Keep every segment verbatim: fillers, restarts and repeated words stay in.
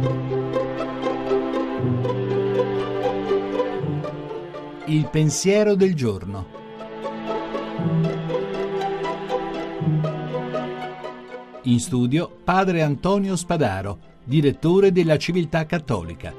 Il pensiero del giorno. In studio padre Antonio Spadaro, direttore della Civiltà Cattolica.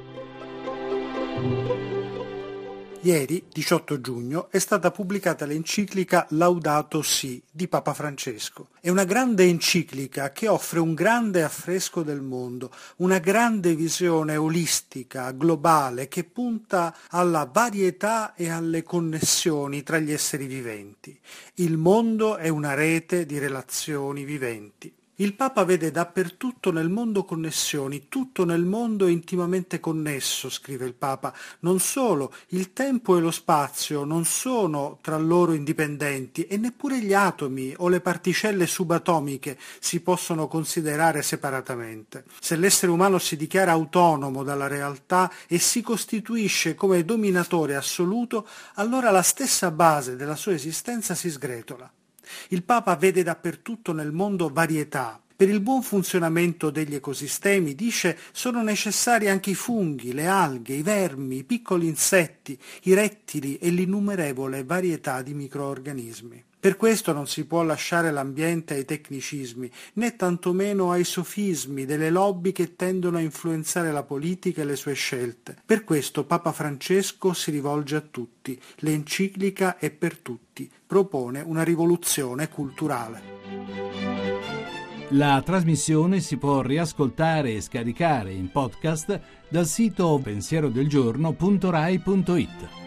Ieri, diciotto giugno, è stata pubblicata l'enciclica Laudato Si di Papa Francesco. È una grande enciclica che offre un grande affresco del mondo, una grande visione olistica, globale, che punta alla varietà e alle connessioni tra gli esseri viventi. Il mondo è una rete di relazioni viventi. Il Papa vede dappertutto nel mondo connessioni, tutto nel mondo è intimamente connesso, scrive il Papa. Non solo, il tempo e lo spazio non sono tra loro indipendenti e neppure gli atomi o le particelle subatomiche si possono considerare separatamente. Se l'essere umano si dichiara autonomo dalla realtà e si costituisce come dominatore assoluto, allora la stessa base della sua esistenza si sgretola. Il Papa vede dappertutto nel mondo varietà. Per il buon funzionamento degli ecosistemi, dice, sono necessari anche i funghi, le alghe, i vermi, i piccoli insetti, i rettili e l'innumerevole varietà di microorganismi. Per questo non si può lasciare l'ambiente ai tecnicismi, né tantomeno ai sofismi delle lobby che tendono a influenzare la politica e le sue scelte. Per questo Papa Francesco si rivolge a tutti. L'enciclica è per tutti. Propone una rivoluzione culturale. La trasmissione si può riascoltare e scaricare in podcast dal sito pensierodelgiorno punto rai punto it.